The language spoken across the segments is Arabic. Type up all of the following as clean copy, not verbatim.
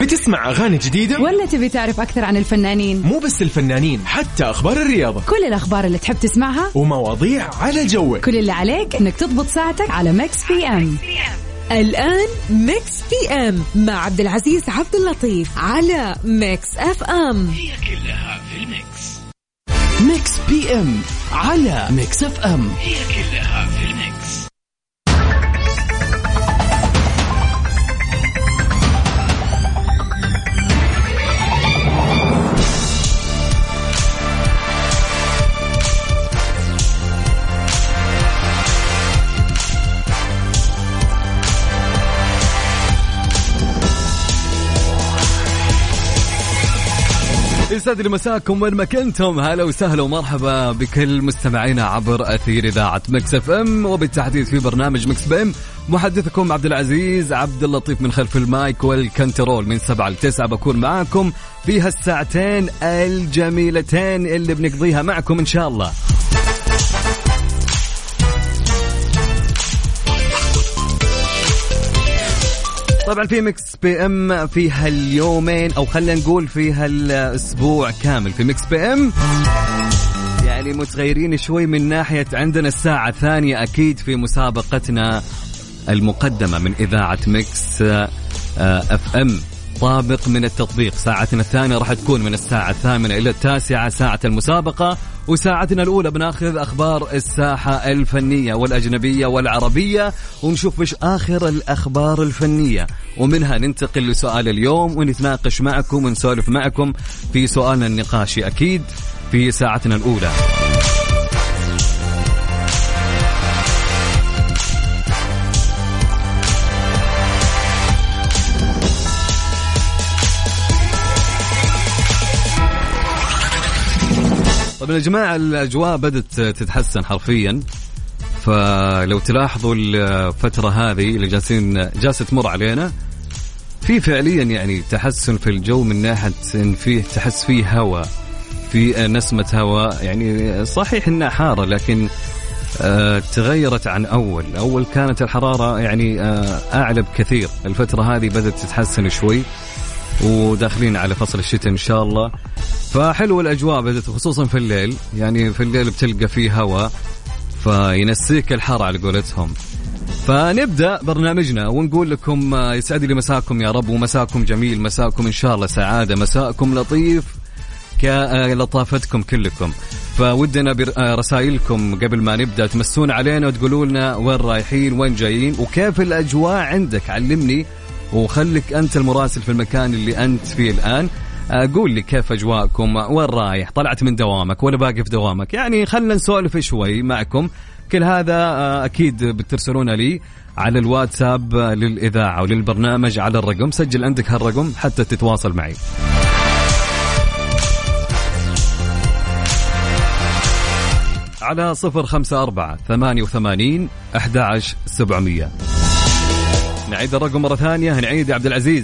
تبي تسمع أغاني جديدة ولا تبي تعرف أكثر عن الفنانين؟ مو بس الفنانين، حتى أخبار الرياضة، كل الأخبار اللي تحب تسمعها ومواضيع على جوك. كل اللي عليك إنك تضبط ساعتك على ميكس بي ام. الآن ميكس بي ام مع عبد العزيز عبد اللطيف على ميكس اف ام. هي كلها في الميكس. ميكس بي ام على ميكس اف ام. هي كلها في الميكس. يسعد لي مساكم وين ما كنتم. هلا وسهلا ومرحبا بكل مستمعينا عبر أثير إذاعة ميكس اف ام، وبالتحديد في برنامج ميكس بي ام. محدثكم عبد العزيز عبد اللطيف من خلف المايك والكنترول. من 7 ل 9 بكون معاكم في هالساعتين الجميلتين اللي بنقضيها معكم إن شاء الله. طبعا في ميكس بي ام في هاليومين، او خلينا نقول في هالاسبوع كامل في ميكس بي ام يعني متغيرين شوي من ناحية عندنا الساعة الثانية أكيد في مسابقتنا المقدمة من إذاعة ميكس اف ام طابق من التطبيق. ساعتنا الثانية راح تكون من الساعة 8 إلى 9 ساعة المسابقة، وساعتنا الأولى بناخذ أخبار الساحة الفنية والأجنبية والعربية ونشوف إيش آخر الأخبار الفنية، ومنها ننتقل لسؤال اليوم ونتناقش معكم ونسولف معكم في سؤالنا النقاشي أكيد في ساعتنا الأولى. طيب يا جماعة الأجواء بدت تتحسن حرفيا، فلو تلاحظوا الفترة هذه اللي جالسة تمر علينا في فعليا يعني تحسن في الجو، من ناحية إن فيه تحس فيه هواء، في نسمة هواء. يعني صحيح إنها حارة لكن تغيرت عن أول كانت الحرارة يعني أعلى بكثير. الفترة هذه بدت تتحسن شوي وداخلين على فصل الشتاء إن شاء الله، فحلو الأجواء بدت خصوصا في الليل. يعني في الليل بتلقى فيه هواء فينسيك الحر على قولتهم. فنبدأ برنامجنا ونقول لكم يسعد لي مساكم يا رب، ومساكم جميل، مساكم إن شاء الله سعادة، مساكم لطيف كلطافتكم كلكم. فودنا برسائلكم قبل ما نبدأ تمسون علينا وتقولوا لنا وين رايحين وين جايين وكيف الأجواء عندك. علمني وخليك أنت المراسل في المكان اللي أنت فيه الآن. قول لي كيف أجواءكم، وين رايح، طلعت من دوامك ولا باقي في دوامك. يعني خلنا نسولف شوي معكم. كل هذا أكيد بترسلونا لي على الواتساب للإذاعة وللبرنامج على الرقم. سجل عندك هالرقم حتى تتواصل معي على 054-88-11700. نعيد الرقم مرة ثانية، هنعيد يا عبد العزيز.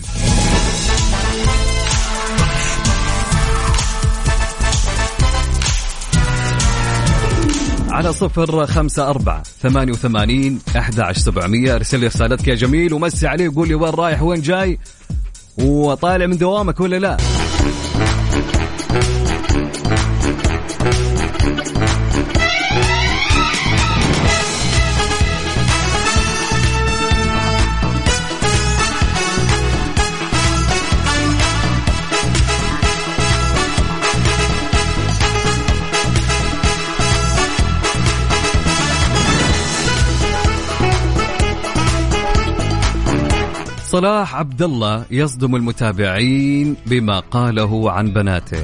على 054-88-11700. ارسل لي رسالتك يا جميل ومسي عليه وقول لي وين رايح وين جاي وطالع من دوامك ولا لا. صلاح عبد الله يصدم المتابعين بما قاله عن بناته.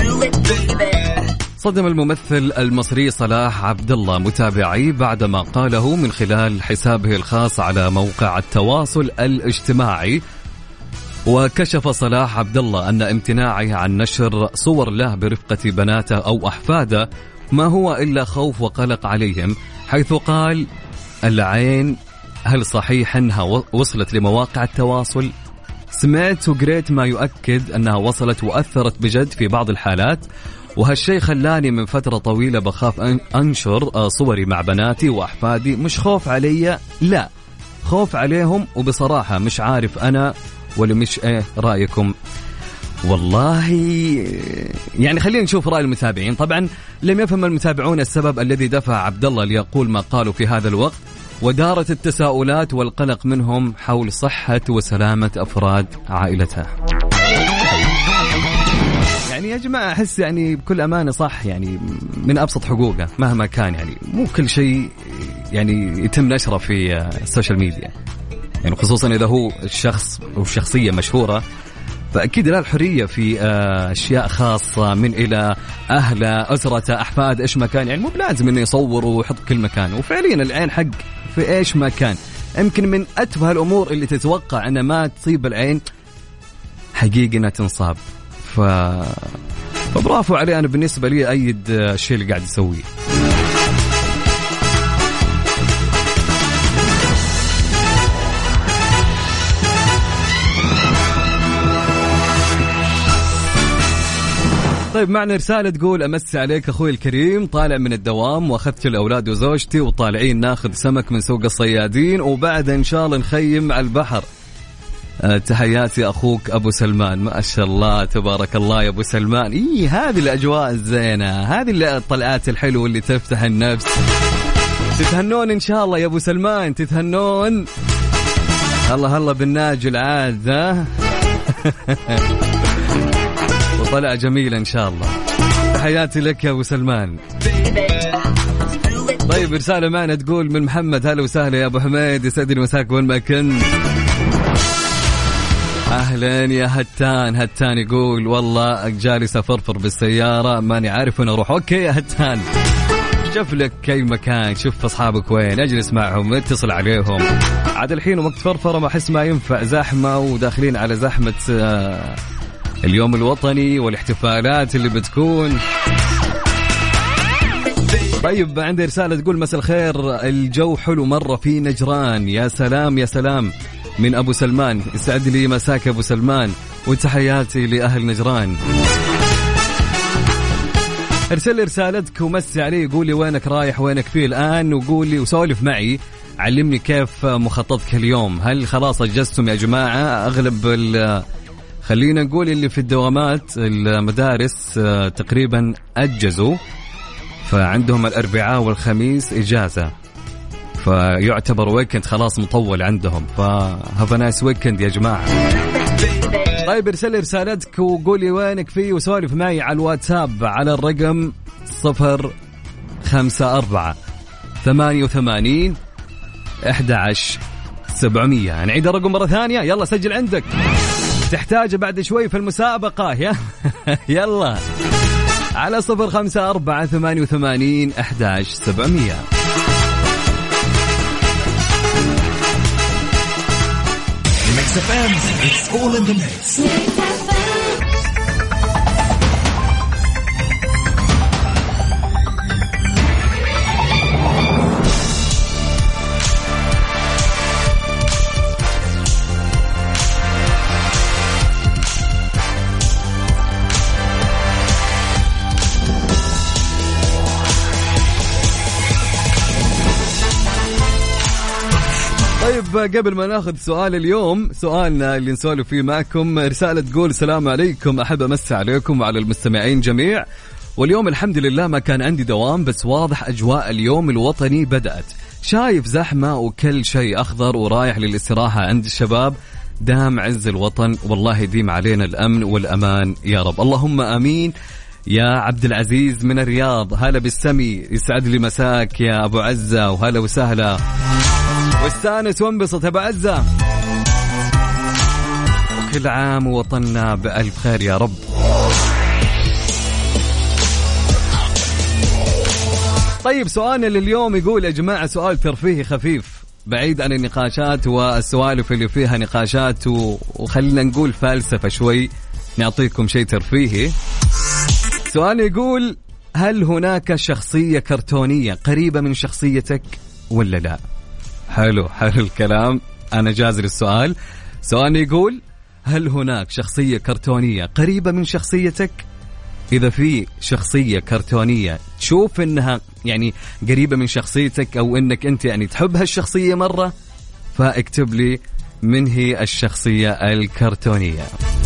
صدم الممثل المصري صلاح عبد الله متابعيه بعدما قاله من خلال حسابه الخاص على موقع التواصل الاجتماعي. وكشف صلاح عبد الله أن امتناعه عن نشر صور له برفقة بناته أو أحفاده ما هو إلا خوف وقلق عليهم، حيث قال: العين هل صحيح أنها وصلت لمواقع التواصل؟ سمعت وقريت ما يؤكد أنها وصلت وأثرت بجد في بعض الحالات، وهالشيء خلاني من فترة طويلة بخاف أنشر صوري مع بناتي وأحفادي. مش خوف علي، لا خوف عليهم، وبصراحة مش عارف أنا ولا مش؟ ايه رأيكم؟ والله يعني خلينا نشوف رأي المتابعين. طبعا لم يفهم المتابعون السبب الذي دفع عبد الله ليقول ما قالوا في هذا الوقت، ودارت التساؤلات والقلق منهم حول صحة وسلامة أفراد عائلته. يعني يا جماعة أحس يعني بكل أمانة صح، يعني من أبسط حقوقه مهما كان، يعني مو كل شيء يعني يتم نشره في السوشيال ميديا، يعني خصوصا إذا هو الشخص أو شخصية مشهورة، فأكيد له الحرية في أشياء خاصة من إلى أهله أسرته أحفاد إيش ما كان، يعني مو بلازم إنه يصور ويحط كل مكان. وفعليا العين حق في إيش ما كان، يمكن من أتفه الأمور اللي تتوقع أن ما تصيب العين حقيقة أنها تنصاب. فبرافو عليه، أنا بالنسبة لي أيد الشيء اللي قاعد يسويه. طيب معنا رسالة تقول أمسي عليك أخوي الكريم، طالع من الدوام وأخذت الأولاد وزوجتي وطالعين ناخذ سمك من سوق الصيادين وبعد إن شاء الله نخيم على البحر. تحياتي أخوك أبو سلمان. ما شاء الله تبارك الله يا أبو سلمان. هذه الأجواء الزينة، هذه الطلعات الحلوة اللي تفتح النفس. تتهنون إن شاء الله يا أبو سلمان، تتهنون. الله الله بالناجي العاد ها. وطلع جميل إن شاء الله. تحياتي لك يا أبو سلمان. طيب رسالة معنا تقول من محمد، هلا وسهلا يا أبو حميد، يسعدني مساك وين ما كنت. أهلا يا هتان. هتان يقول والله جالس أفرفر بالسيارة ماني عارف وين أروح. أوكي يا هتان، شوف لك أي مكان، شوف أصحابك وين، أجلس معهم، اتصل عليهم. عاد الحين وقت فرفرة ما أحس ما ينفع، زحمة وداخلين على زحمة اليوم الوطني والاحتفالات اللي بتكون. طيب عندي رسالة تقول مساء الخير، الجو حلو مرة في نجران. يا سلام يا سلام، من أبو سلمان. يسعد لي مساك أبو سلمان، وتحياتي لأهل نجران. ارسل لي رسالتك ومسي علي، قولي وينك رايح وينك فيه الآن، وقولي وسولف معي، علمني كيف مخططك اليوم. هل خلاص أجزتم يا جماعة؟ أغلب خلينا نقول اللي في الدوامات المدارس تقريبا أجزوا، فعندهم الأربعاء والخميس إجازة، فيعتبر ويكند خلاص مطول عندهم. فهاف نايس ويكند يا جماعة. طيب ارسل رسالتك وقولي وينك فيه وسولف معي على الواتساب على الرقم 054-88-11-700. نعيد الرقم مرة ثانية، يلا سجل عندك، تحتاجه بعد شوي في المسابقة. يلا على 054-88-11-700. Mix FM, it's all in the mix. طيب قبل ما ناخذ سؤال اليوم، سؤالنا اللي نسولف فيه معكم، رسالة تقول السلام عليكم، أحب أمسي عليكم وعلى المستمعين جميع. واليوم الحمد لله ما كان عندي دوام، بس واضح أجواء اليوم الوطني بدأت، شايف زحمة وكل شيء أخضر ورايح للاستراحة عند الشباب. دام عز الوطن، والله يديم علينا الأمن والأمان يا رب، اللهم آمين. يا عبد العزيز من الرياض، هلا بالسمي، يسعد لي مساك يا أبو عزة، وهلا وسهلا، واستانس وانبسط أبو عزة، وكل عام ووطننا بألف خير يا رب. طيب سؤالنا لليوم يقول يا جماعة سؤال ترفيهي خفيف، بعيد عن النقاشات والسوالف اللي فيها نقاشات وخلينا نقول فلسفة شوي، نعطيكم شيء ترفيهي. سؤال يقول هل هناك شخصية كرتونية قريبة من شخصيتك ولا لا؟ حلو الكلام، أنا جازر السؤال. سؤال يقول هل هناك شخصية كرتونية قريبة من شخصيتك؟ إذا في شخصية كرتونية تشوف إنها يعني قريبة من شخصيتك، أو إنك أنت يعني تحب هالشخصية مرة، فاكتب لي من هي الشخصية الكرتونية؟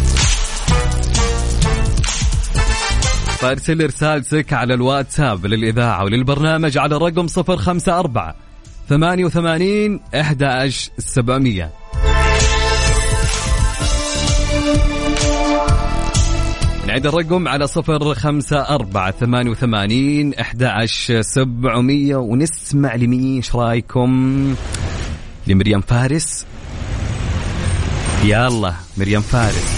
فارسل رسالتك على الواتساب للإذاعة وللبرنامج على الرقم 054 88 11 700. نعيد الرقم على 054 88 11 700. ونسمع لمين؟ ايش رايكم؟ لمريم فارس. يلا مريم فارس.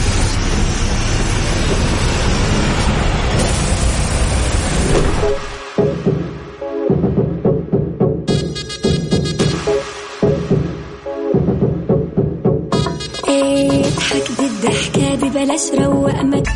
اضحك دي الضحكة دي بلاش روق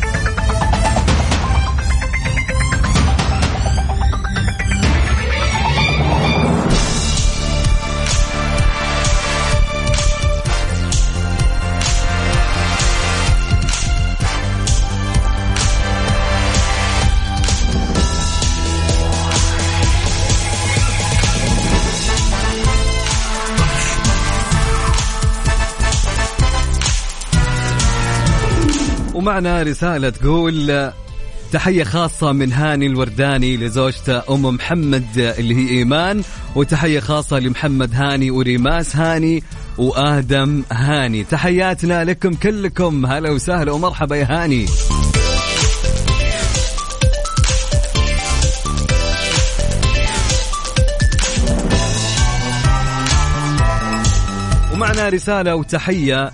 ومعنا رسالة تقول تحية خاصة من هاني الورداني لزوجته أم محمد اللي هي إيمان، وتحية خاصة لمحمد هاني وريماس هاني وآدم هاني. تحياتنا لكم كلكم، هلا وسهلا ومرحبا يا هاني. ومعنا رسالة وتحية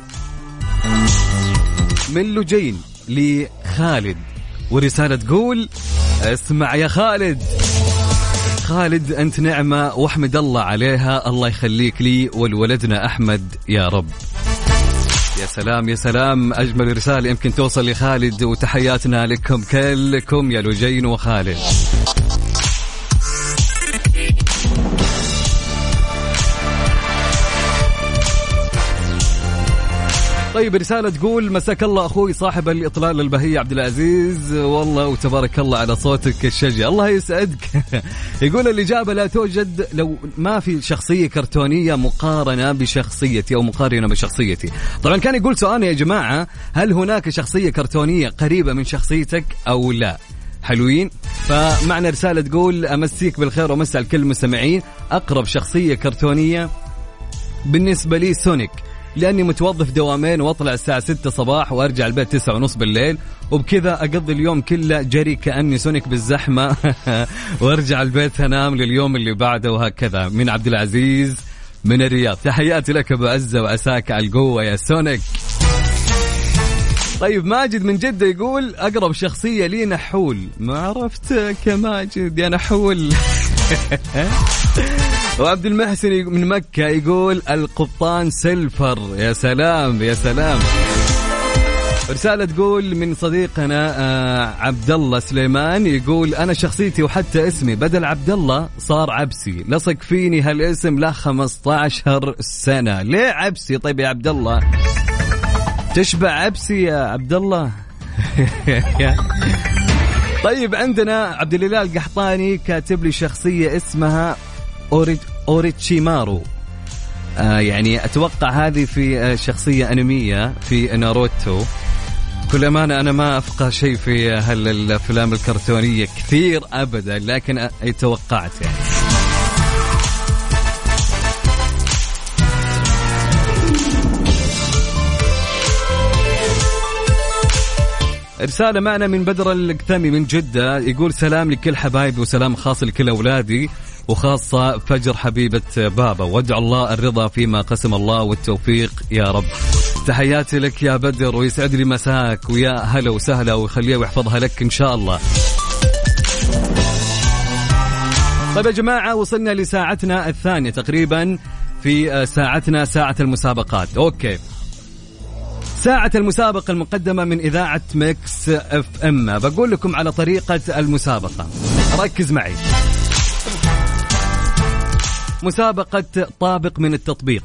من لجين لخالد، ورسالة تقول اسمع يا خالد، خالد أنت نعمة واحمد الله عليها، الله يخليك لي ولولدنا أحمد يا رب. يا سلام يا سلام، أجمل رسالة يمكن توصل لخالد، وتحياتنا لكم كلكم يا لجين وخالد. طيب رسالة تقول مساك الله أخوي صاحب الإطلال البهية عبد العزيز، والله وتبارك الله على صوتك الشجي، الله يسعدك. يقول الإجابة لا توجد لو ما في شخصية كرتونية مقارنة بشخصيتي أو مقارنة بشخصيتي. طبعا كان يقول سؤال يا جماعة، هل هناك شخصية كرتونية قريبة من شخصيتك أو لا؟ حلوين. فمعنا رسالة تقول أمسيك بالخير ومسي على الكل مستمعين، أقرب شخصية كرتونية بالنسبة لي سونيك، لأني متوظف دوامين وأطلع الساعة 6 صباح وأرجع البيت 9:30 بالليل، وبكذا أقضي اليوم كله جري كأني سونيك بالزحمة وأرجع البيت أنام لليوم اللي بعده، وهكذا. من عبد العزيز من الرياض. تحياتي لك أبو عزة وأساك على القوة يا سونيك. طيب ماجد من جدة يقول أقرب شخصية لي نحول. ما عرفتك يا ماجد يا نحول. وعبد المحسن من مكة يقول القبطان سيلفر. يا سلام يا سلام. رسالة تقول من صديقنا عبد الله سليمان، يقول أنا شخصيتي وحتى اسمي بدل عبد الله صار عبسي، لصق فيني هالاسم له 15 سنة. ليه عبسي؟ طيب يا عبد الله تشبع عبسي يا عبد الله. طيب عندنا عبد الإله القحطاني كاتب لي شخصية اسمها أوريتشيمارو، يعني أتوقع هذه في شخصية أنمية في ناروتو. كل أمانة أنا ما أفقه شيء في هالأفلام الكرتونية كثير أبدا، لكن توقعت يعني. رسالة معنا من بدر القثامي من جدة، يقول سلام لكل حبايبي وسلام خاص لكل أولادي وخاصة فجر حبيبة بابا، وادعو الله الرضا فيما قسم الله والتوفيق يا رب. تحياتي لك يا بدر ويسعد لي مساك، ويا هلا وسهلا ويخليها ويحفظها لك إن شاء الله. طيب يا جماعة وصلنا لساعتنا الثانية تقريبا في ساعتنا ساعة المسابقات. أوكي، ساعة المسابقة المقدمة من إذاعة ميكس اف ام. بقول لكم على طريقة المسابقة، ركز معي. مسابقة طابق من التطبيق.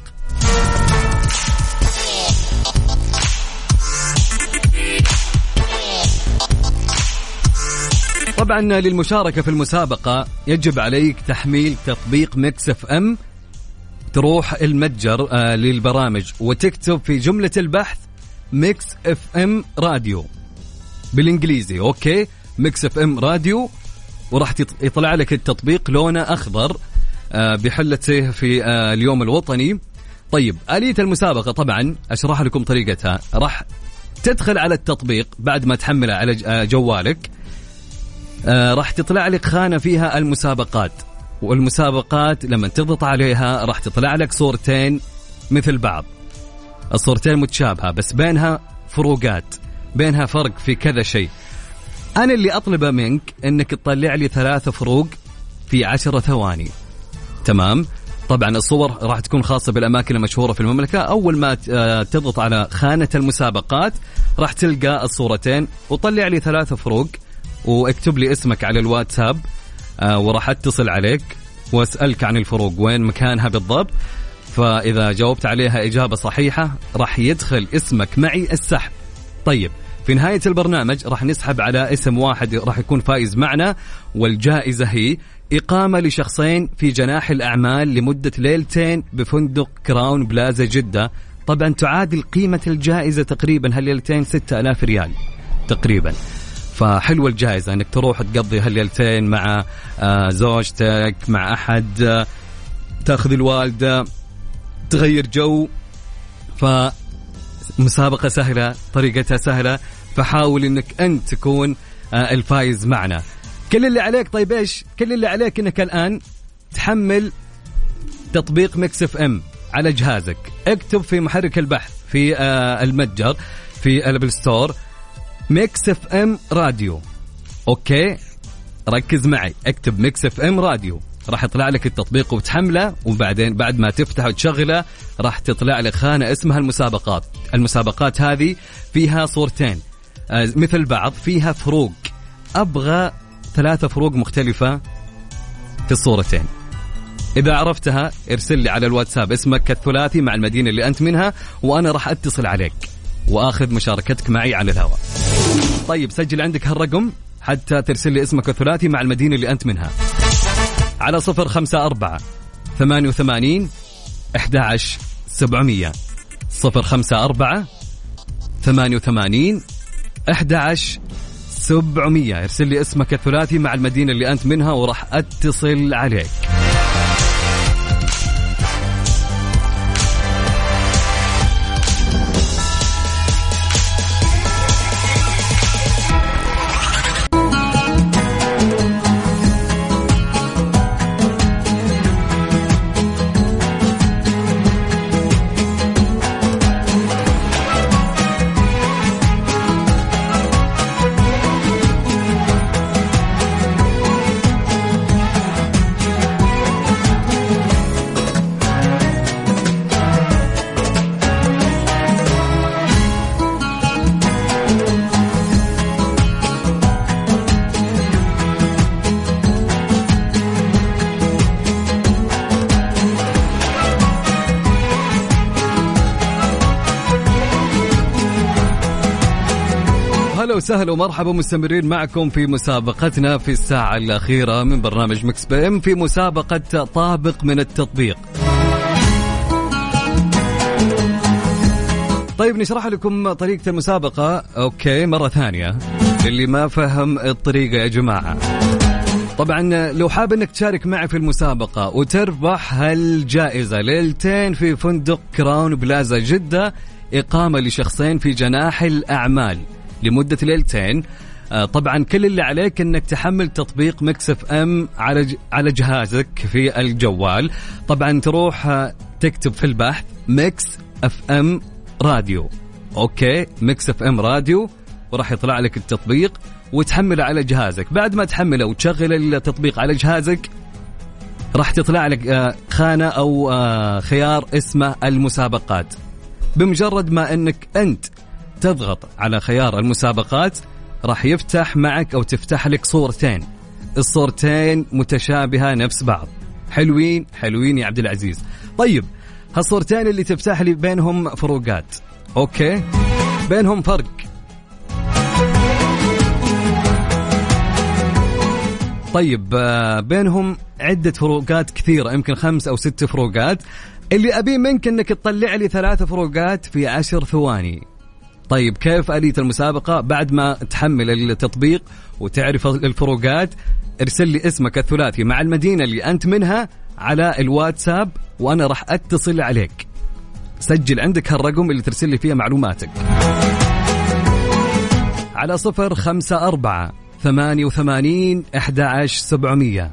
طبعا للمشاركة في المسابقة يجب عليك تحميل تطبيق ميكس اف ام تروح المتجر للبرامج وتكتب في جملة البحث ميكس اف ام راديو بالانجليزي. اوكي ميكس اف ام راديو، وراح يطلع لك التطبيق لونه اخضر بحلته في اليوم الوطني. طيب آلية المسابقة طبعا أشرح لكم طريقتها. راح تدخل على التطبيق بعد ما تحمله على جوالك، راح تطلع لك خانة فيها المسابقات، والمسابقات لما تضغط عليها راح تطلع لك صورتين مثل بعض، الصورتين متشابهة بس بينها فروقات، بينها فرق في كذا شيء. أنا اللي أطلبه منك أنك تطلع لي 3 فروق في 10 ثواني. تمام؟ طبعا الصور راح تكون خاصة بالأماكن المشهورة في المملكة. أول ما تضغط على خانة المسابقات راح تلقى الصورتين، وطلع لي 3 فروق، واكتب لي اسمك على الواتساب وراح أتصل عليك وأسألك عن الفروق وين مكانها بالضبط. فإذا جاوبت عليها إجابة صحيحة راح يدخل اسمك معي السحب. طيب في نهاية البرنامج راح نسحب على اسم واحد راح يكون فائز معنا، والجائزة هي إقامة لشخصين في جناح الأعمال لمدة ليلتين بفندق كراون بلازا جدة. طبعا تعادل قيمة الجائزة تقريبا هالليلتين 6000 ريال تقريبا. فحلوة الجائزة انك تروح تقضي هالليلتين مع زوجتك، مع أحد، تأخذ الوالدة، تغير جو. فمسابقة سهلة، طريقتها سهلة، فحاول انك أنت تكون الفائز معنا. كل اللي عليك طيب ايش؟ كل اللي عليك انك الآن تحمل تطبيق ميكس اف ام على جهازك. اكتب في محرك البحث في المتجر في الابل ستور ميكس اف ام راديو. اوكي ركز معي، اكتب ميكس اف ام راديو، راح يطلع لك التطبيق وتحمله، وبعدين بعد ما تفتحه وتشغله راح تطلع لك خانة اسمها المسابقات. المسابقات هذه فيها صورتين مثل بعض، فيها فروق، أبغى 3 فروق مختلفة في الصورتين. إذا عرفتها ارسل لي على الواتساب اسمك الثلاثي مع المدينة اللي أنت منها، وأنا راح أتصل عليك وآخذ مشاركتك معي على الهواء. طيب سجل عندك هالرقم حتى ترسل لي اسمك الثلاثي مع المدينة اللي أنت منها على 054 88 11 700 054 88 11 700. ارسل لي اسمك الثلاثي مع المدينة اللي أنت منها وراح أتصل عليك. وسهلا ومرحبا، مستمرين معكم في مسابقتنا في الساعة الأخيرة من برنامج مكس بي ام في مسابقة طابق من التطبيق. طيب نشرح لكم طريقة المسابقة أوكي مرة ثانية اللي ما فهم الطريقة يا جماعة. طبعا لو حاب انك تشارك معي في المسابقة وتربح هالجائزة ليلتين في فندق كراون بلازا جدة، إقامة لشخصين في جناح الأعمال لمدة ليلتين. طبعا كل اللي عليك انك تحمل تطبيق ميكس اف ام على جهازك في الجوال. طبعا تروح تكتب في البحث ميكس اف ام راديو. اوكي ميكس اف ام راديو، وراح يطلع لك التطبيق وتحمله على جهازك. بعد ما تحمله وتشغل التطبيق على جهازك راح تطلع لك خانة او خيار اسمه المسابقات. بمجرد ما انك انت تضغط على خيار المسابقات راح يفتح معك أو تفتح لك صورتين، الصورتين متشابهة نفس بعض. حلوين حلوين يا عبد العزيز. طيب هالصورتين اللي تفتح لي بينهم فروقات. أوكي بينهم فرق. طيب بينهم عدة فروقات كثيرة، يمكن 5 أو 6 فروقات. اللي أبي منك أنك تطلع لي 3 فروقات في 10 ثواني. طيب كيف آلية المسابقة؟ بعد ما تحمل التطبيق وتعرف الفروقات، ارسل لي اسمك الثلاثي مع المدينة اللي أنت منها على الواتساب وأنا راح أتصل عليك. سجل عندك هالرقم اللي ترسل لي فيها معلوماتك على 054-88-11-700.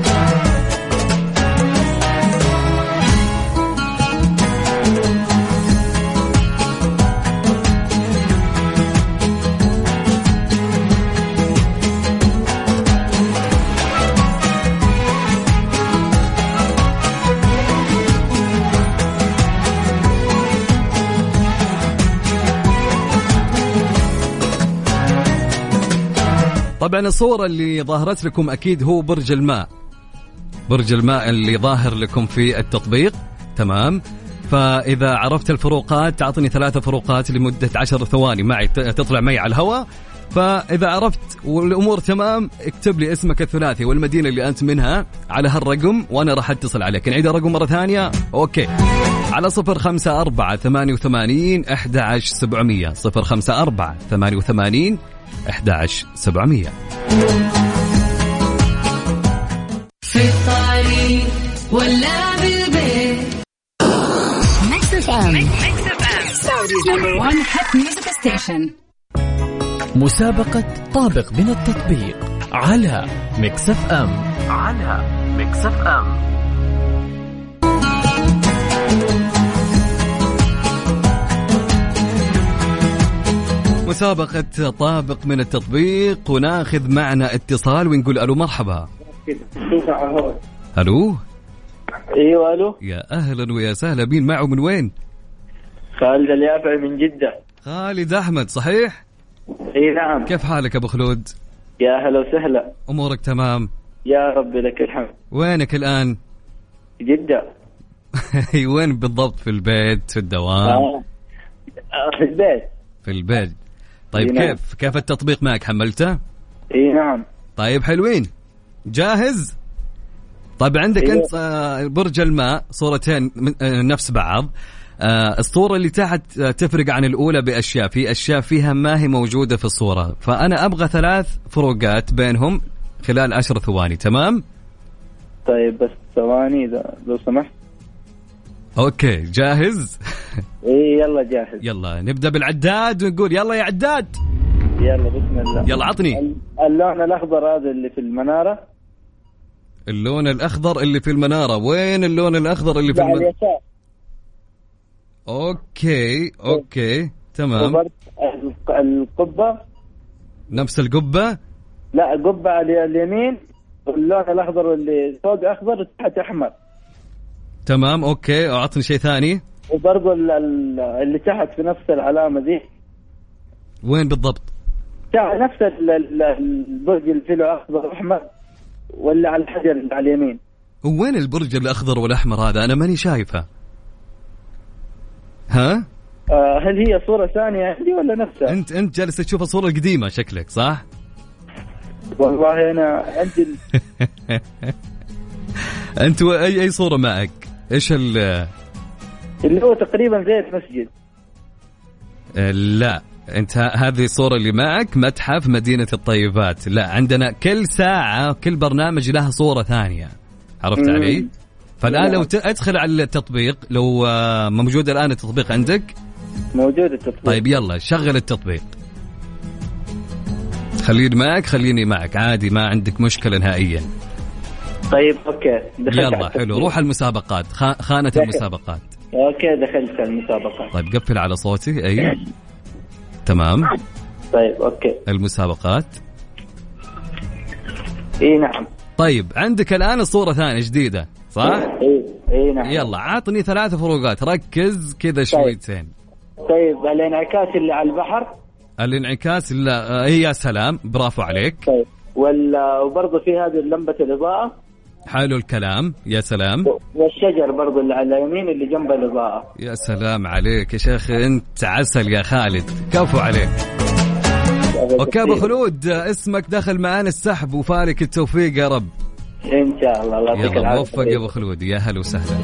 طبعا الصورة اللي ظاهرت لكم أكيد هو برج الماء، برج الماء اللي ظاهر لكم في التطبيق. تمام. فإذا عرفت الفروقات تعطني 3 فروقات لمدة 10 ثواني معي، تطلع معي على الهواء. فإذا عرفت والأمور تمام اكتب لي اسمك الثلاثي والمدينة اللي أنت منها على هالرقم وأنا راح أتصل عليك. نعيد الرقم مرة ثانية. أوكي، على 054-88-11-700. 054-88-11-700. في الطريق ولا بالبيت. ميكس اف ام، سعوديز نمبر 1 هات ميوزك ستيشن. مسابقة طابق من التطبيق على ميكس اف ام. مسابقة طابق من التطبيق، وناخذ معنا اتصال ونقول ألو مرحبا. ألو. ايوه الو. يا أهلا ويا سهلا، بين معه من وين؟ خالد اليافعي من جدة. خالد أحمد صحيح؟ اي نعم. كيف حالك أبو خلود؟ يا هلا وسهلا. أمورك تمام؟ يا رب لك الحمد. وينك الآن؟ جدة. وين بالضبط؟ في البيت، في الدوام؟ في البيت. في البيت. طيب نعم. كيف التطبيق معك، حملته؟ اي نعم. طيب حلوين، جاهز؟ طيب عندك إيه. أنت برج الماء صورتين نفس بعض. الصورة اللي تحت تفرق عن الأولى بأشياء، في أشياء فيها ما هي موجودة في الصورة، فأنا أبغى 3 فروقات بينهم خلال 10 ثواني. تمام؟ طيب بس ثواني لو سمحت. أوكي جاهز؟ اي يلا جاهز. يلا نبدأ بالعداد ونقول يلا يا عداد. يلا بسم الله. يلا عطني. اللون الأخضر هذا اللي في المنارة. اللون الأخضر اللي في المنارة، وين اللون الأخضر اللي في المنارة؟ اليسار. أوكي تمام. القبة نفس القبة؟ لا، قبة على اليمين، واللون الأخضر اللي فوق أخضر تحت أحمر. تمام أوكي، أعطني شيء ثاني. وبرضو اللي تحت في نفس العلامة دي. وين بالضبط؟ نفس البرج اللي فيه أخضر وأحمر، ولا على الحجر اللي على اليمين. وين البرج الأخضر والأحمر هذا؟ أنا ماني شايفه. ها؟ هل هي صورة ثانية عندي ولا نفسها؟ أنت جالس تشوف الصورة القديمة شكلك صح؟ والله أنا عندي أنت أي صورة معك؟ إيش اللي هو تقريبا زي المسجد. لا أنت هذه الصورة اللي معك متحف مدينة الطيبات. لا، عندنا كل ساعة كل برنامج له صورة ثانية. عرفت علي؟ فالآن لو أدخل على التطبيق، لو موجود الآن التطبيق عندك؟ موجود التطبيق. طيب يلا شغل التطبيق. خليني معك عادي، ما عندك مشكلة نهائيا. طيب أوكي. يلا حلو، روح المسابقات، خانة المسابقات. أوكي دخلت المسابقات. طيب قفل على صوتي. أي تمام. طيب أوكي. المسابقات. إيه نعم. طيب عندك الآن الصورة ثانية جديدة صح؟ إيه نعم. يلا عطني 3 فروقات، ركز كذا شويتين. طيب الانعكاس اللي على البحر. الانعكاس لا يا سلام، برافو عليك. طيب وبرضه في هذه لمبة الإضاءة. حلو الكلام، يا سلام. والشجر برضه اللي على اليمين اللي جنب الإضاءة. يا سلام عليك يا شيخ، انت عسل يا خالد، كفو عليك. اوكي ابو خلود، اسمك دخل معانا السحب وفارك التوفيق يا رب. إن شاء الله. الله يعطيك يلا العافية. موفق يا أبو خلود. يا هلا وسهلا.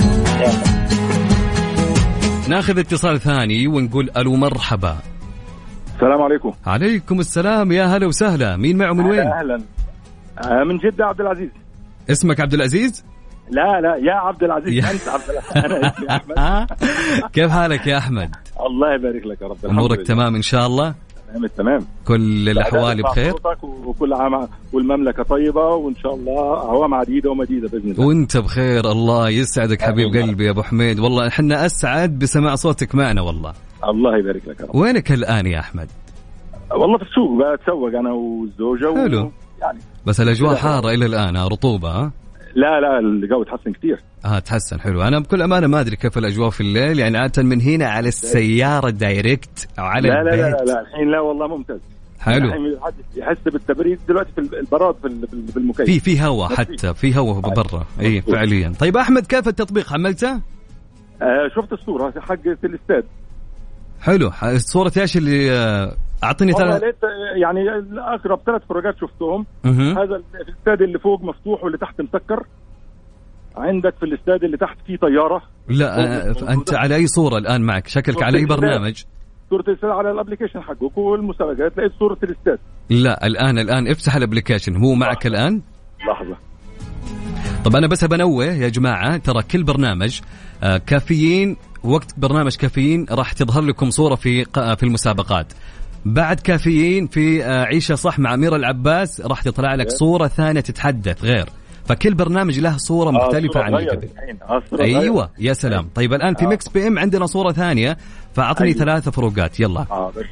ناخذ اتصال ثاني ونقول ألو مرحبا. السلام عليكم. عليكم السلام. يا هلا وسهلا. مين معه من وين؟ أهلا. من جدة عبد العزيز. اسمك عبد العزيز؟ لا يا عبد العزيز. أنت عبد العزيز. أنا اسمي أحمد. كيف حالك يا أحمد؟ الله يبارك لك يا رب. أمورك تمام إن شاء الله؟ تمام. كل الأحوال بخير؟ وكل عام والمملكة طيبة وإن شاء الله أعوام عديدة ومديدة بإذن الله. وأنت بخير. الله يسعدك حبيب قلبي يا أبو حميد. والله إحنا أسعد بسماع صوتك معنا والله. الله يبارك لك يا رب. وينك الآن يا أحمد؟ والله في السوق بتسوق أنا والزوجة. حلو. يعني بس الأجواء حارة إلى الآن. رطوبة ها؟ لا الجو تحسن كتير. تحسن. حلو. أنا بكل أمانة ما أدري كيف الأجواء في الليل، يعني عادة من هنا على السيارة دايركت أو على البيت. لا الحين لا والله ممتاز. حلو. يحس بالتبريد دلوقتي في البراد في المكيف. في هواء، حتى في هواء برا. اي فعليا. طيب احمد كيف التطبيق حملته؟ شفت الصورة حق الاستاد. حلو. صورة ايش اللي اعطيني ثلاث؟ يعني اقرب 3 فروقات شفتهم. هذا الاستاد اللي فوق مفتوح واللي تحت مسكر. عندك في الاستاد اللي تحت فيه طيارة. لا انت على اي صورة الان معك؟ شكلك على اي برنامج؟ صورة الاستاد على الابليكيشن حقك والمسابقات لقيت صورة الاستاد. لا الان افتح الابليكيشن. هو معك الان؟ لحظة. طب انا بس بنوه يا جماعة، ترى كل برنامج كافيين، وقت برنامج كافيين راح تظهر لكم صورة في المسابقات. بعد كافيين في عيشة صح مع أمير العباس راح تطلع لك صورة ثانية تتحدث غير. فكل برنامج له صورة مختلفة عن الكبير. أيوة يا سلام. طيب الآن في ميكس بي ام عندنا صورة ثانية، فأعطني 3 فروقات. يلا.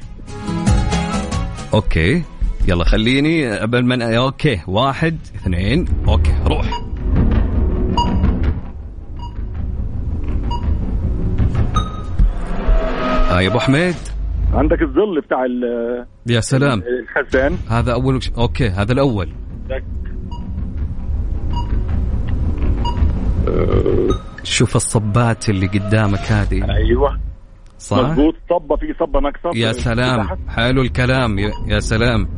أوكي يلا خليني قبل من أوكي 1 2 أوكي روح. يا أبو حميد عندك الظل بتاع يا سلام الخزان. هذا أول أوكي هذا الأول. شوف الصبات اللي قدامك هذه. أيوة صح مضبوط. صبة في صبة مكسب. يا سلام حلو الكلام. يا سلام.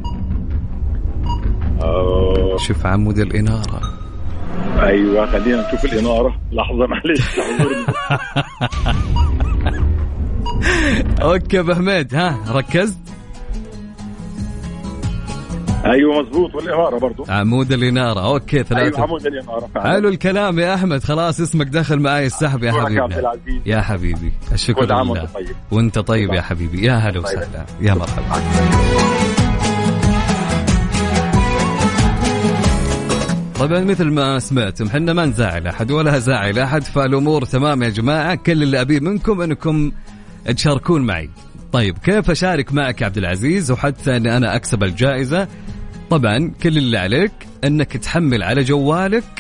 شوف عمود الإنارة. أيوة خلينا نشوف الإنارة. لحظة معلش. اوكي بحمد ها ركزت. ايوه مزبوط. والإنارة برضو عمود الإنارة. اوكي 3. أيوة عمود الإنارة. حلو الكلام يا احمد. خلاص اسمك دخل معي السحب يا حبيبي. يا حبيبي الشكر لله. وانت طيب يا حبيبي. يا هلا وسهلا. يا مرحبا. طبعا مثل ما سمعتم حنا ما نزعل احد ولا زعل احد، فالامور تمام يا جماعه. كل اللي ابيه منكم انكم تشاركون معي. طيب كيف اشارك معك يا عبد العزيز وحتى ان انا اكسب الجائزه؟ طبعا كل اللي عليك انك تحمل على جوالك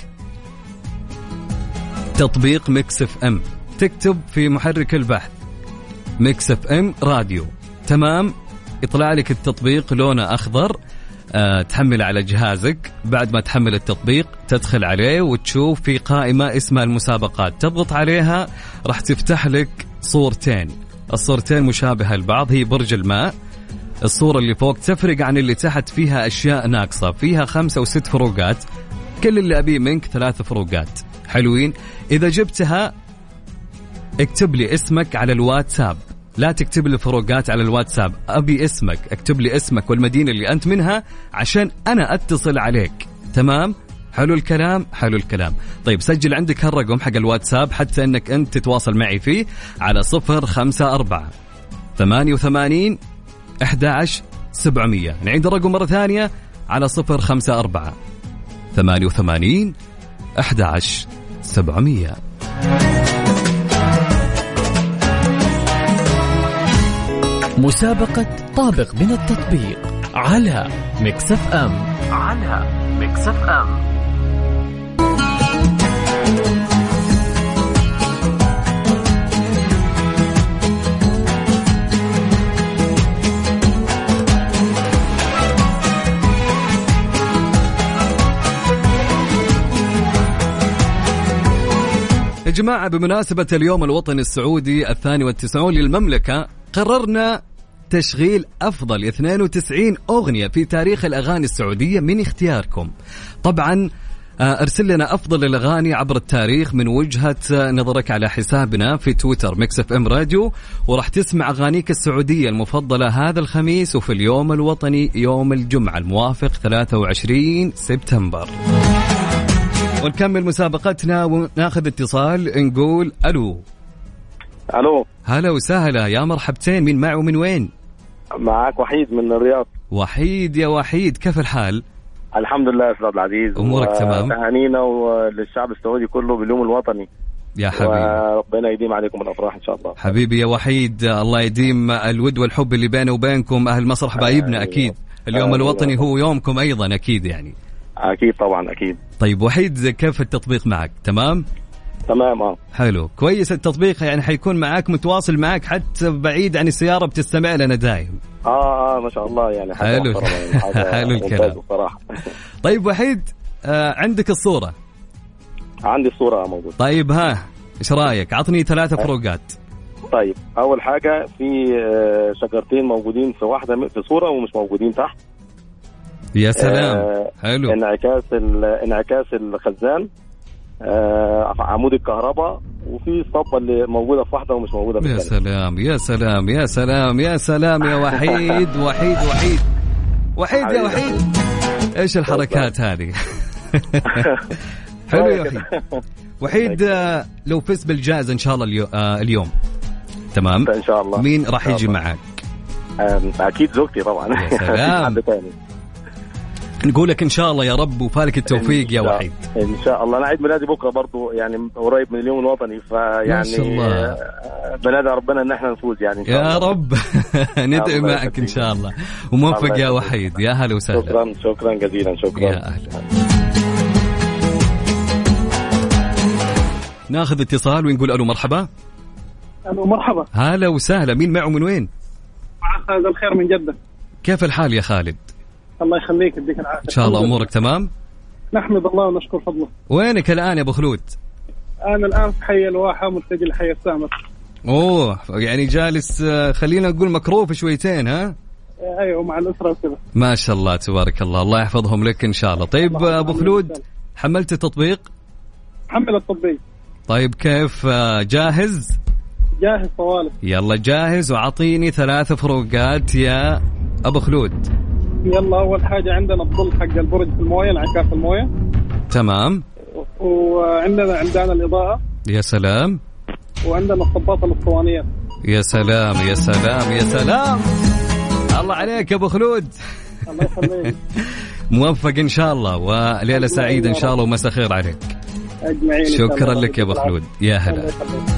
تطبيق ميكس اف ام، تكتب في محرك البحث ميكس اف ام راديو. تمام. يطلع لك التطبيق لونه اخضر. تحمل على جهازك. بعد ما تحمل التطبيق تدخل عليه وتشوف في قائمة اسمها المسابقات، تضغط عليها راح تفتح لك صورتين. الصورتين مشابهة لبعض، هي برج الماء. الصورة اللي فوق تفرق عن اللي تحت، فيها أشياء ناقصة، فيها 5 أو 6 فروقات. كل اللي أبيه منك 3 فروقات. حلوين. إذا جبتها اكتب لي اسمك على الواتساب. لا تكتب لي فروقات على الواتساب، أبي اسمك. اكتب لي اسمك والمدينة اللي أنت منها عشان أنا أتصل عليك. تمام. حلو الكلام. حلو الكلام. طيب سجل عندك هالرقم حق الواتساب حتى أنك أنت تتواصل معي فيه على 054 88 11 700. نعيد الرقم مرة ثانية على 054 88 11 700. مسابقة طابق من التطبيق على ميكس اف ام. على ميكس اف ام. يا جماعة بمناسبة اليوم الوطني السعودي 92 للمملكة، قررنا تشغيل أفضل 92 أغنية في تاريخ الأغاني السعودية من اختياركم. طبعا ارسل لنا أفضل الأغاني عبر التاريخ من وجهة نظرك على حسابنا في تويتر ميكس اف ام راديو، وراح تسمع أغانيك السعودية المفضلة هذا الخميس وفي اليوم الوطني يوم الجمعة الموافق 23 سبتمبر. ونكمل مسابقتنا وناخذ اتصال، نقول ألو. ألو، هلا وسهلا، يا مرحبتين، من معي ومن وين؟ معك وحيد من الرياض. وحيد يا وحيد، كيف الحال؟ الحمد لله أستاذ العزيز، أمورك تمام؟ تهانينا وللشعب السعودي كله باليوم الوطني يا حبيبي، وربنا يديم عليكم الأفراح إن شاء الله. حبيبي يا وحيد، الله يديم الود والحب اللي بينه وبينكم أهل مصر حبايبنا. أكيد اليوم الوطني هو يومكم أيضا، أكيد يعني. أكيد طبعا أكيد. طيب وحيد، كيف التطبيق معك؟ تمام؟ تمام. حلو، كويس. التطبيق يعني حيكون معك، متواصل معك حتى بعيد عن السيارة، بتستمع لنا دايم. ما شاء الله يعني. حلو. حلو الكلام بصراحة. طيب وحيد، عندك الصورة؟ عندي الصورة موجودة. طيب ها، إيش رأيك؟ عطني 3 فروقات. طيب أول حاجة، في شجرتين موجودين في واحدة في صورة ومش موجودين تحت. يا سلام. حلو. انعكاس الخزان، عمود الكهرباء، وفي الصبة اللي موجودة في واحدة ومش موجودة في يا الثانية. سلام يا سلام يا سلام يا سلام يا وحيد. وحيد يا وحيد، ايش الحركات هذه؟ حلو يا وحيد. لو فزت بالجائزة ان شاء الله اليوم، تمام ان شاء الله، مين راح يجي معك؟ اكيد زوجتي طبعا. يا سلام. نقولك إن شاء الله يا رب وفالك التوفيق يا وحيد. إن شاء الله. أنا عيد ميلادي بكرة برضو، يعني قريب من اليوم الوطني، فيعني بنادى ربنا إن إحنا نفوز يعني إن شاء الله. يا رب. ندعي معك إن شاء الله، وموفق يا وحيد. يا هلا وسهلا. شكرا جزيلا. شكرا يا أهلا. ناخذ اتصال ونقول ألو مرحبا. ألو مرحبا. هلا وسهلا، مين معه من وين؟ خالد الخير من جدة. كيف الحال يا خالد؟ الله يخليك، يديك العافية. إن شاء الله أمورك تمام؟ نحمد الله ونشكر فضله. وينك الآن يا أبو خلود؟ أنا الآن في حي الواحة، متجه لحي السامر. أوه، يعني جالس خلينا نقول مكروف شويتين، ها؟ أيوة، مع الأسرة وكذا. ما شاء الله تبارك الله، الله يحفظهم لك إن شاء الله. طيب أبو خلود، حملت التطبيق؟ حمل التطبيق. طيب كيف، جاهز؟ جاهز طوالي. يلا جاهز، وعطيني 3 فروقات يا أبو خلود. يلا، أول حاجة عندنا الظل حق البرج في الموية، انعكاس الموية. تمام. وعندنا الإضاءة. يا سلام. وعندنا الصباطة الأسطوانية. يا سلام يا سلام يا سلام، الله عليك يا أبو خلود. الله يخليك. موفق إن شاء الله، وليلة سعيدة إن شاء الله، ومساء خير عليك. أجمعين. شكرا لك يا أبو خلود. يا هلا.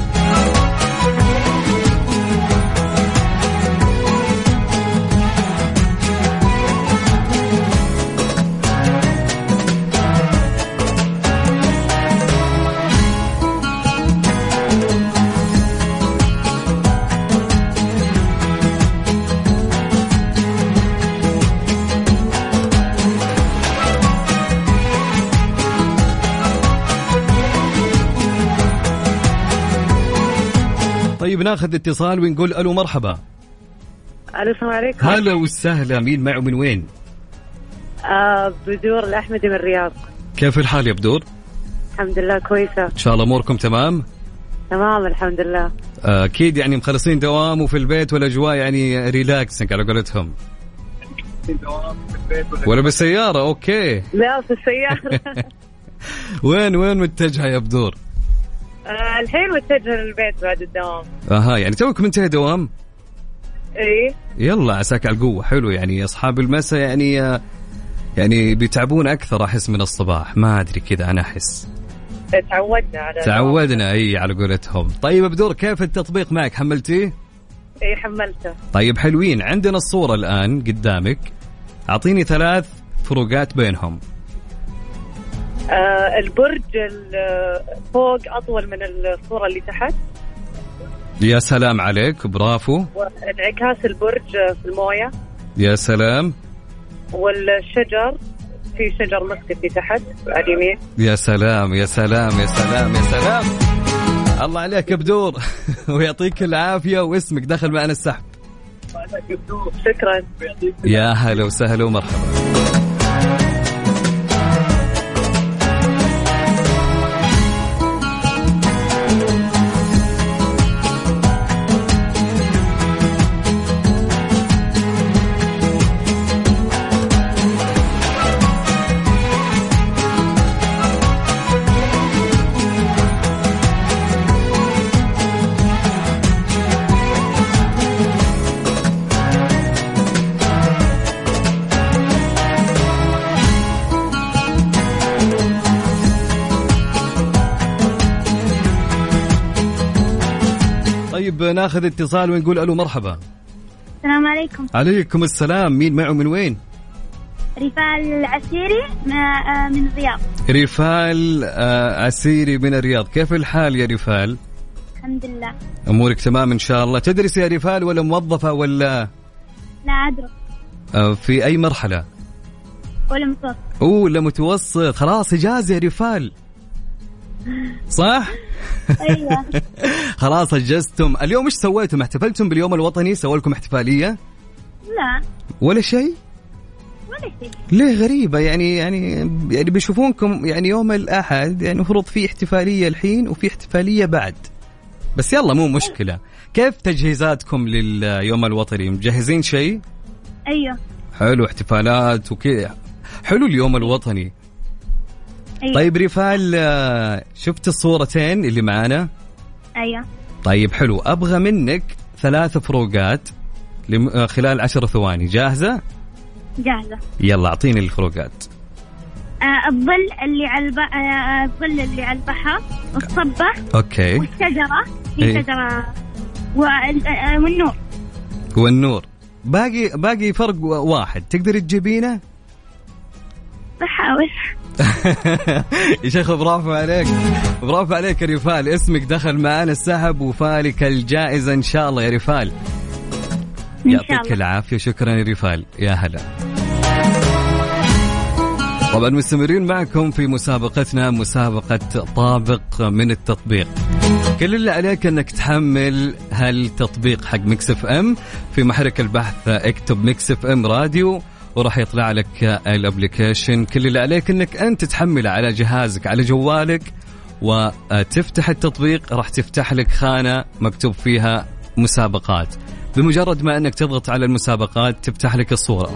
طيب ناخذ اتصال ونقول ألو مرحبا. ألو السلام عليكم. هلا وسهلا، مين معه من وين؟ بدور الأحمدي من الرياض. كيف الحال يا بدور؟ الحمد لله كويسة. إن شاء الله أموركم تمام؟ تمام الحمد لله. أكيد يعني مخلصين دوام وفي البيت والأجواء يعني ريلاكسنج على قولتهم. ولا بالسيارة؟ أوكي. لا في السيارة. وين متجهة يا بدور؟ الحين متجهة للبيت بعد الدوام. يعني توك منتهي دوام؟ إيه. يلا عساك على القوة. حلو، يعني أصحاب المساء يعني بيتعبون أكثر أحس من الصباح، ما أدري كذا أنا أحس. تعودنا أي على قولتهم. طيب بدور، كيف التطبيق معك؟ حملتيه؟ إيه حملته. طيب حلوين، عندنا الصورة الآن قدامك، أعطيني 3 فروقات بينهم. البرج فوق أطول من الصورة اللي تحت. يا سلام عليك، برافو. وانعكاس البرج في الموية. يا سلام. والشجر، في شجر مسكتي تحت على اليمين. يا سلام يا سلام يا سلام يا سلام، الله عليك يا بدور. ويعطيك العافية، واسمك دخل معنا السحب. شكرا. يا هلا وسهلا ومرحبا. طيب ناخذ اتصال ونقول ألو مرحبا. السلام عليكم. عليكم السلام. مين معه من وين؟ رفال العسيري من الرياض. رفال عسيري من الرياض. كيف الحال يا رفال؟ الحمد لله. أمورك تمام إن شاء الله. تدرس يا رفال ولا موظفة ولا؟ لا أدرس. في أي مرحلة؟ ولا متوسط. ولا متوسط. خلاص إجازة يا رفال صح؟ أيوة. خلاص أجزتم. اليوم إيش سويتم؟ احتفلتم باليوم الوطني؟ سووا لكم احتفالية؟ لا ولا شيء؟ ولا شيء. ليه غريبة يعني بيشوفونكم يعني يوم الأحد يعني مفروض في احتفالية الحين وفي احتفالية بعد، بس يلا مو مشكلة. كيف تجهيزاتكم لليوم الوطني؟ مجهزين شيء؟ أيوة. حلو، احتفالات وكذا. حلو اليوم الوطني. أيوة. طيب رفال شفت الصورتين اللي معانا؟ أيوة. طيب حلو، أبغى منك 3 فروقات خلال 10 ثواني. جاهزة؟ جاهزة. يلا أعطيني الفروقات. الظل اللي على الظل اللي على البحر، والصبة. أوكي. والشجرة، في شجرة، والنور. والنور. باقي فرق واحد، تقدر تجيبينه؟ بحاول. يا شيخ برافو عليك، برافو عليك يا رفال. اسمك دخل معانا السحب وفالك الجائزة إن شاء الله يا رفال. يعطيك العافية. شكرا يا رفال. يا هلا. طبعا مستمرين معكم في مسابقتنا، مسابقة طابق من التطبيق. كل اللي عليك انك تحمل هالتطبيق حق ميكس اف ام، في محرك البحث اكتب ميكس اف ام راديو وراح يطلع لك الابليكيشن. كل اللي عليك انك انت تحمله على جهازك على جوالك وتفتح التطبيق، راح تفتح لك خانة مكتوب فيها مسابقات. بمجرد ما انك تضغط على المسابقات تفتح لك الصورة.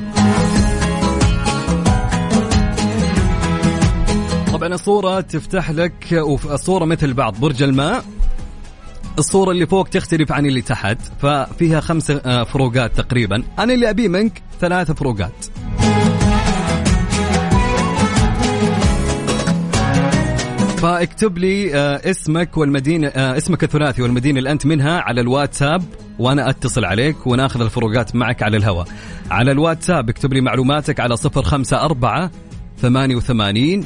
طبعا الصورة تفتح لك، والصورة مثل بعض، برج الماء. الصورة اللي فوق تختلف عن اللي تحت، ففيها 5 فروقات تقريبا. أنا اللي أبي منك 3 فروقات. فاكتب لي اسمك والمدينة، اسمك الثلاثي والمدينة اللي أنت منها على الواتساب، وأنا أتصل عليك وناخذ الفروقات معك على الهواء. على الواتساب اكتب لي معلوماتك على 054 88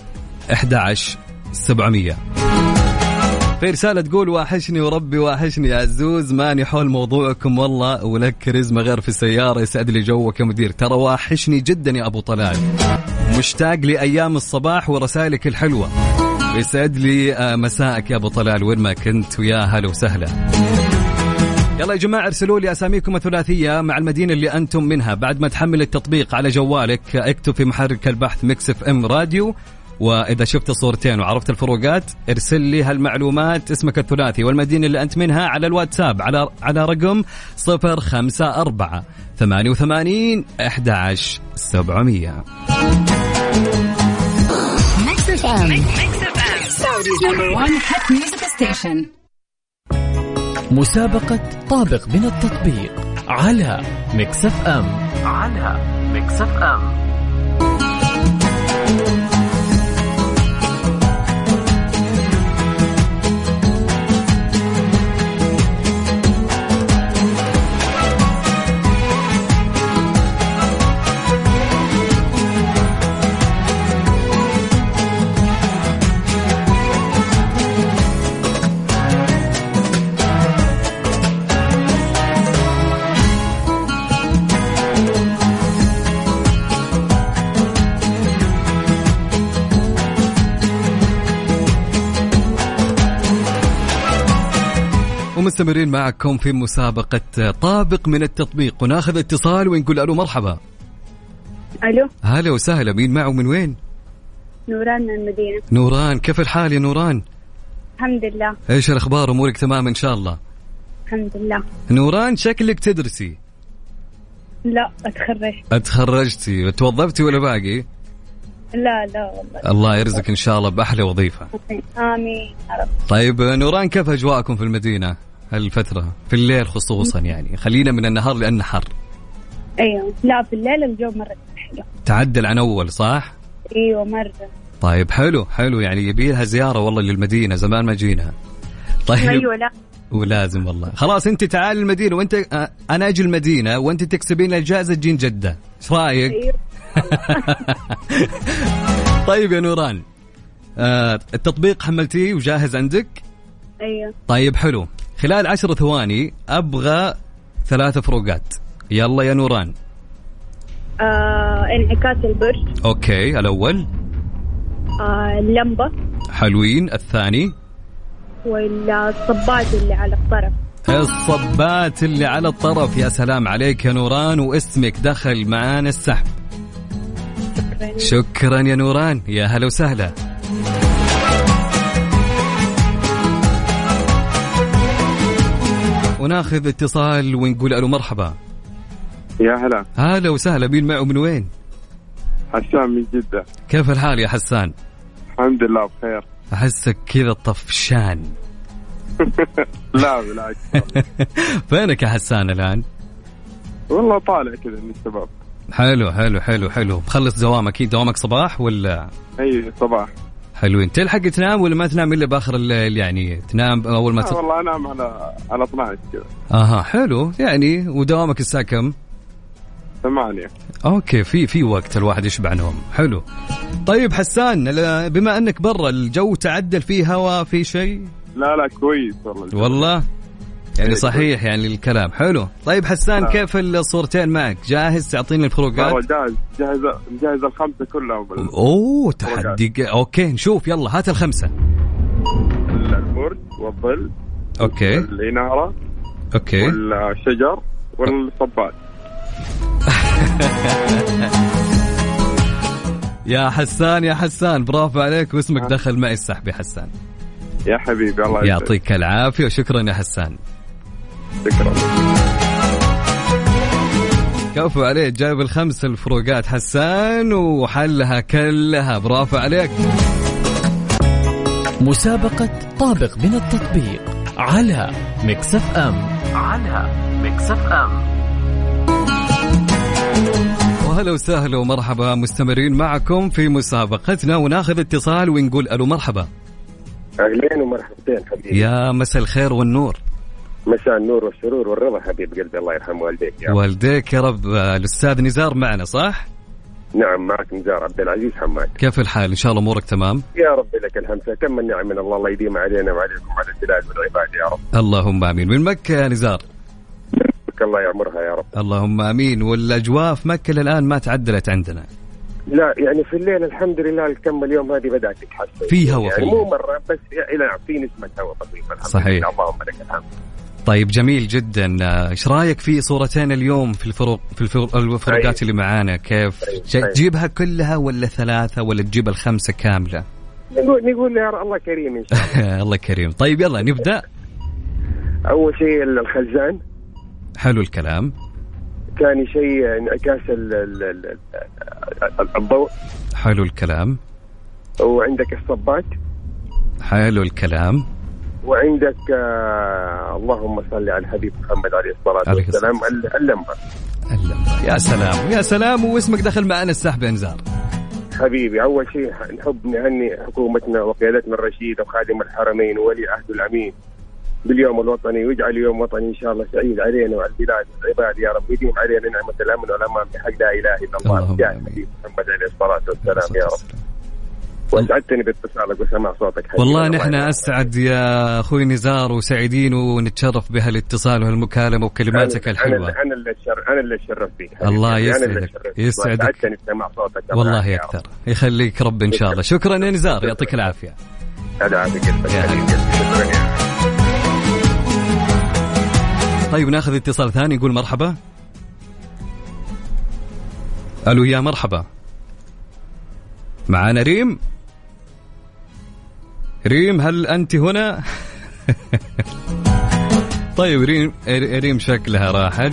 11700. في رسالة تقول وحشني وربي وحشني يا عزوز، ماني حول موضوعكم والله، ولك كاريزما غير في السيارة، يسعد لي جوك يا مدير. ترى وحشني جدا يا أبو طلال، مشتاق لأيام الصباح ورسائلك الحلوة. يسعد لي مساءك يا أبو طلال وين ما كنت، ويا هلا وسهلا. يلا يا جماعة ارسلوا لي أساميكم الثلاثية مع المدينة اللي أنتم منها. بعد ما تحمل التطبيق على جوالك اكتب في محرك البحث ميكس اف ام راديو، وإذا شفت الصورتين وعرفت الفروقات ارسل لي هالمعلومات، اسمك الثلاثي والمدينة اللي أنت منها على الواتساب على رقم 054 88 11700. Mix FM. Saudi's #1 hit music station. مسابقة طابق من التطبيق على ميكس اف ام. على ميكس اف ام. ومستمرين معكم في مسابقة طابق من التطبيق، وناخذ اتصال ونقول ألو مرحبا. ألو. هلا وسهلا. مين معه من وين؟ نوران من المدينة. نوران، كيف الحال يا نوران؟ الحمد لله. ايش الأخبار؟ أمورك تمام إن شاء الله؟ الحمد لله. نوران شكلك تدرسي؟ لا اتخرجتي. توظفتي ولا باقي؟ لا والله. الله يرزقك إن شاء الله بأحلى وظيفة. آمين يا رب. طيب نوران، كيف أجواءكم في المدينة هالفترة في الليل خصوصا؟ يعني خلينا من النهار لأنه حر. أيوة، لا في الليل الجو مرة حلو، تعدل عن أول صح؟ أيوة مرة. طيب حلو يعني يبيلها زيارة والله للمدينة، زمان ما جينا. طيب أيوة. لا ولازم والله. خلاص انت تعال المدينة وانت انا اجي المدينة وانت تكسبين الجائزة تجين جدة، ايش رايك؟ طيب يا نوران، التطبيق حملتيه وجاهز عندك؟ ايوه. طيب حلو، خلال 10 ثواني ابغى 3 فروقات. يلا يا نوران. انعكاس البرج. اوكي، الاول. اللمبة. حلوين. الثاني. والصبات اللي على الطرف. الصبات اللي على الطرف. يا سلام عليك يا نوران، واسمك دخل معانا السحب. شكرا يا نوران، يا هلا وسهلا. وناخذ اتصال ونقول الو مرحبا. يا هلا. هلا وسهلا، مين معه من وين؟ حسان من جدة. كيف الحال يا حسان؟ الحمد لله بخير. أحسك كذا طفشان. لا بالعكس. فينك يا حسان الآن؟ والله طالع كذا من الشباب. حلو حلو حلو حلو. مخلص دوامك؟ أكيد دوامك صباح ولا؟ أي صباح. حلوين. تلحق تنام ولا ما تنام إلا بآخر الليل يعني؟ تنام أول ما والله أنام على 12 كذا. حلو يعني. ودوامك الساعة كم؟ 8. اوكي، في وقت الواحد يشبع نوم. حلو. طيب حسان، بما انك برا الجو تعدل فيه هواء في شيء؟ لا كويس والله يعني صحيح يعني الكلام حلو. طيب حسان، كيف الصورتين معك؟ جاهز تعطيني الفروقات؟ جاهز الخمسة كلها. اوه تحدي. اوكي نشوف، يلا هات الخمسة. البرج والظل. اوكي. الإنارة. اوكي. والشجر والصبات. يا حسان برافو عليك، واسمك دخل معي السحب يا حسان. يا حبيبي الله يعطيك العافية وشكرا يا حسان. شكرا. كفو عليك، جايب الخمس الفروقات حسان وحلها كلها، برافو عليك. مسابقة طابق من التطبيق على ميكس اف ام. وهلا وسهلا ومرحبا، مستمرين معكم في مسابقتنا وناخذ اتصال ونقول الو مرحبا. اهلين ومرحبتين حبيبي. يا مساء الخير والنور. مساء النور والسرور والرضا حبيب قلبي، الله يرحم والديك يا والديك يا رب. الاستاذ نزار معنا صح؟ نعم معك نزار عبد العزيز حماد. كيف الحال؟ ان شاء الله امورك تمام؟ يا رب لك الحمد، كم من نعم من الله، الله يديم علينا وعليكم على البلاد والعباد يا رب. اللهم امين. من مكة يا نزار؟ الله يعمرها يا رب. اللهم امين. والاجواء في مكة الان ما تعدلت عندنا؟ لا يعني في الليل الحمد لله الكم اليوم هذه بدأت تتحسن في هواء يعني مو مرة بس إلى في نسمة هواء بسيطة الحمد صحيح. لله. اللهم لك الحمد. طيب جميل جدا. ايش رايك في صورتين اليوم في الفروقات اللي معانا؟ كيف تجيبها كلها ولا 3 ولا تجيب الخمسة كاملة؟ نقول يا الله كريم إن شاء الله. الله كريم. طيب يلا نبدأ. أول شيء الخزان. حلو الكلام. ثاني شيء انعكاس الضوء. حلو الكلام. وعندك الصبات. حلو الكلام. وعندك اللهم صل على الحبيب محمد عليه الصلاة والسلام اللمبة. يا سلام يا سلام. واسمك دخل معنا السحب يا نزار. حبيبي أول شيء نحب نهني حكومتنا وقيادتنا الرشيدة وخادم الحرمين وولي عهد الأمين باليوم الوطني، ويجعل يوم وطني إن شاء الله سعيد علينا وعلى البلاد والعباد يا رب، يديم علينا نعمة الأمن والأمان بحق لا إله إلا الله يا حبيب محمد عليه الصلاة والسلام يا رب. وسعدتني باتصالك وسمع صوتك حبيبي. والله نحن أسعد يا أخوي نزار وسعيدين ونتشرف بهالاتصال وهالمكالمة وكلماتك الحلوة. أنا اللي اتشرف بك. الله يسعدك. سعدتني بسمع صوتك والله أكثر. يخليك رب إن شاء الله. شكرا يا نزار، يعطيك العافية. طيب ناخذ اتصال ثاني. يقول مرحبا. الو يا مرحبا. معانا ريم. ريم هل انت هنا؟ طيب ريم شكلها راحت.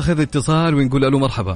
وناخذ اتصال ونقول ألو مرحبا.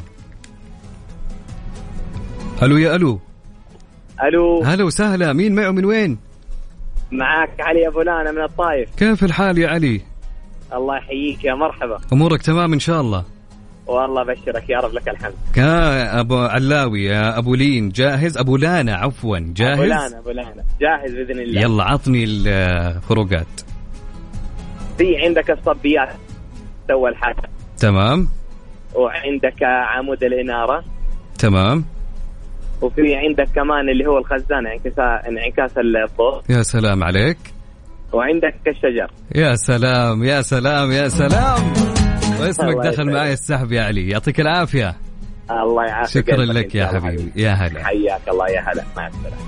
ألو يا ألو. ألو. هلا وسهلا، مين معه من وين؟ معك علي أبو لانا من الطايف. كيف الحال يا علي؟ الله يحييك يا مرحبا. أمورك تمام إن شاء الله؟ والله بشرك يا رب لك الحمد. يا أبو علاوي يا أبو لين جاهز؟ أبو لانا عفوا جاهز؟ أبو لانا جاهز بإذن الله. يلا عطني الفروقات. في عندك الصبيات أول حاجة. تمام. وعندك عمود الإنارة. تمام. وفي عندك كمان اللي هو الخزان انعكاس الضوء. يا سلام عليك. وعندك الشجر. يا سلام يا سلام يا سلام. واسمك دخل معي السحب يا علي، يعطيك العافية. الله يعافيك. شكرا لك يا حبيبي. يا هلا. حياك الله يا هلا، مع السلامة.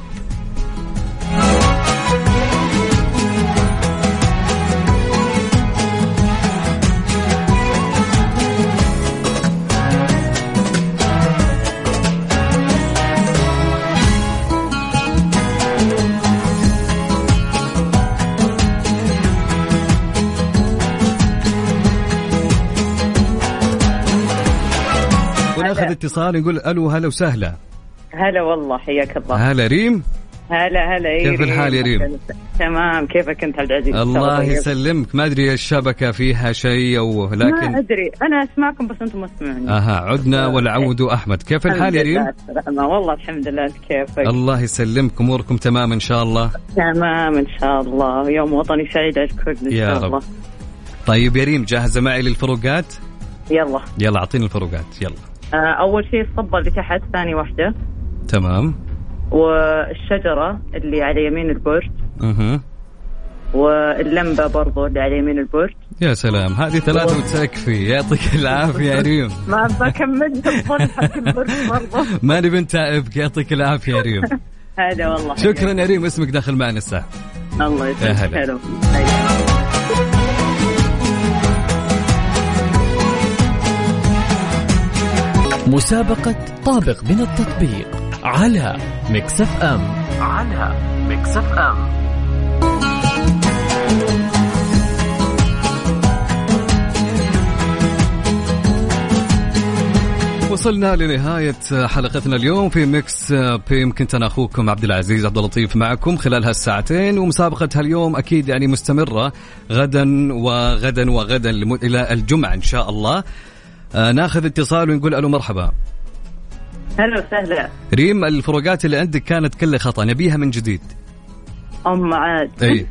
وناخذ اتصال نقول ألو. هلا وسهلا. هلا والله، حياك الله. هلا ريم. هلا كيف الحال يا ريم؟ تمام. كيفك انت عبد العزيز؟ الله يسلمك. ما ادري الشبكه فيها شيء لكن ما ادري، انا اسمعكم بس انتم ما تسمعوني. عدنا والعود احمد. كيف الحال يا ريم؟ والله الحمد لله. انت كيفك؟ الله يسلمك. اموركم تمام ان شاء الله؟ تمام ان شاء الله. يوم وطني سعيد على الكل ان شاء الله. طيب يا ريم جاهزه معي للفروقات؟ يلا اعطيني الفروقات يلا. اول شيء الصبه اللي تحت، ثاني واحده. تمام. والشجره اللي على يمين البرج. واللمبه برضو اللي على يمين البرج. يا سلام، هذه 3 وتكفي. يعطيك العافيه يا ريم. ما بكمل الظل حق البرج برضو. ما نبي نتعبك. يعطيك العافيه يا ريم. هذا والله. شكرا يا ريم، اسمك داخل معنا الساعه. الله يسلمك. مسابقة طابق من التطبيق على ميكس اف ام. وصلنا لنهاية حلقتنا اليوم في ميكس بيم. كنت أنا أخوكم عبد العزيز عبد اللطيف معكم خلال هالساعتين، ومسابقة هاليوم أكيد يعني مستمرة غدا وغدا إلى الجمعة إن شاء الله. ناخذ اتصال ونقول ألو مرحبا. هلا وسهلا ريم. الفروقات اللي عندك كانت كلها خطأ، نبيها من جديد. عاد أي.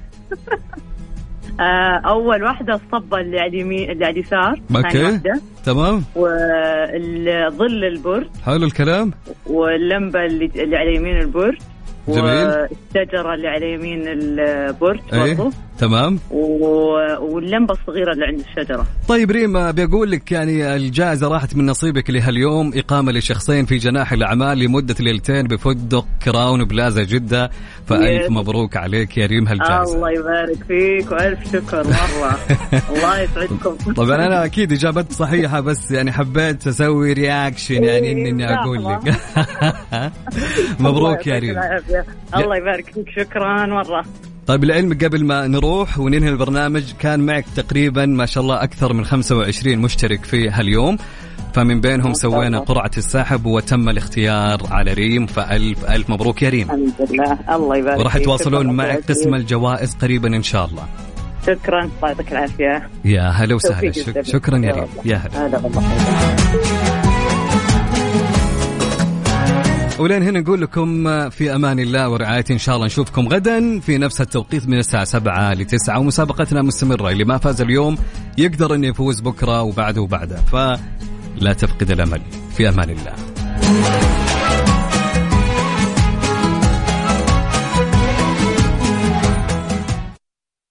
أول واحدة الصبة اللي على اليمين اللي على اليسار. أوكي تمام. وظل البرج. حلو الكلام. واللمبة اللي على يمين البرج. جميل. والشجرة اللي على يمين البرج برضو. تمام. واللمبة الصغيرة اللي عند الشجرة. طيب ريم، بيقول لك يعني الجائزة راحت من نصيبك لهاليوم، إقامة لشخصين في جناح الأعمال لمدة ليلتين بفندق كراون بلازا جدة. فألف مبروك عليك يا ريم هالجائزة. الله يبارك فيك وألف شكر مرة. الله يسعدكم. طبعا أنا أكيد إجابتي صحيحة، بس يعني حبيت أسوي رياكشن يعني إني أقول لك. مبروك يا ريم. الله يبارك فيك. شكرا مرة. طيب لعلمك قبل ما نروح وننهي البرنامج، كان معك تقريبا ما شاء الله أكثر من 25 مشترك في هاليوم، فمن بينهم سوينا قرعة السحب وتم الاختيار على ريم. فألف ألف مبروك يا ريم. الحمد لله. الله يبارك. وراح يتواصلون معك قسم الجوائز قريبا إن شاء الله. شكرا، الله يعطيك العافية. يا هلا وسهلا. شكرا يا ريم. يا هلا. ولين هنا نقول لكم في أمان الله ورعايته. إن شاء الله نشوفكم غدا في نفس التوقيت من الساعة 7 ل 9، ومسابقتنا مستمرة. اللي ما فاز اليوم يقدر أن يفوز بكرة وبعده، فلا تفقد الأمل. في أمان الله.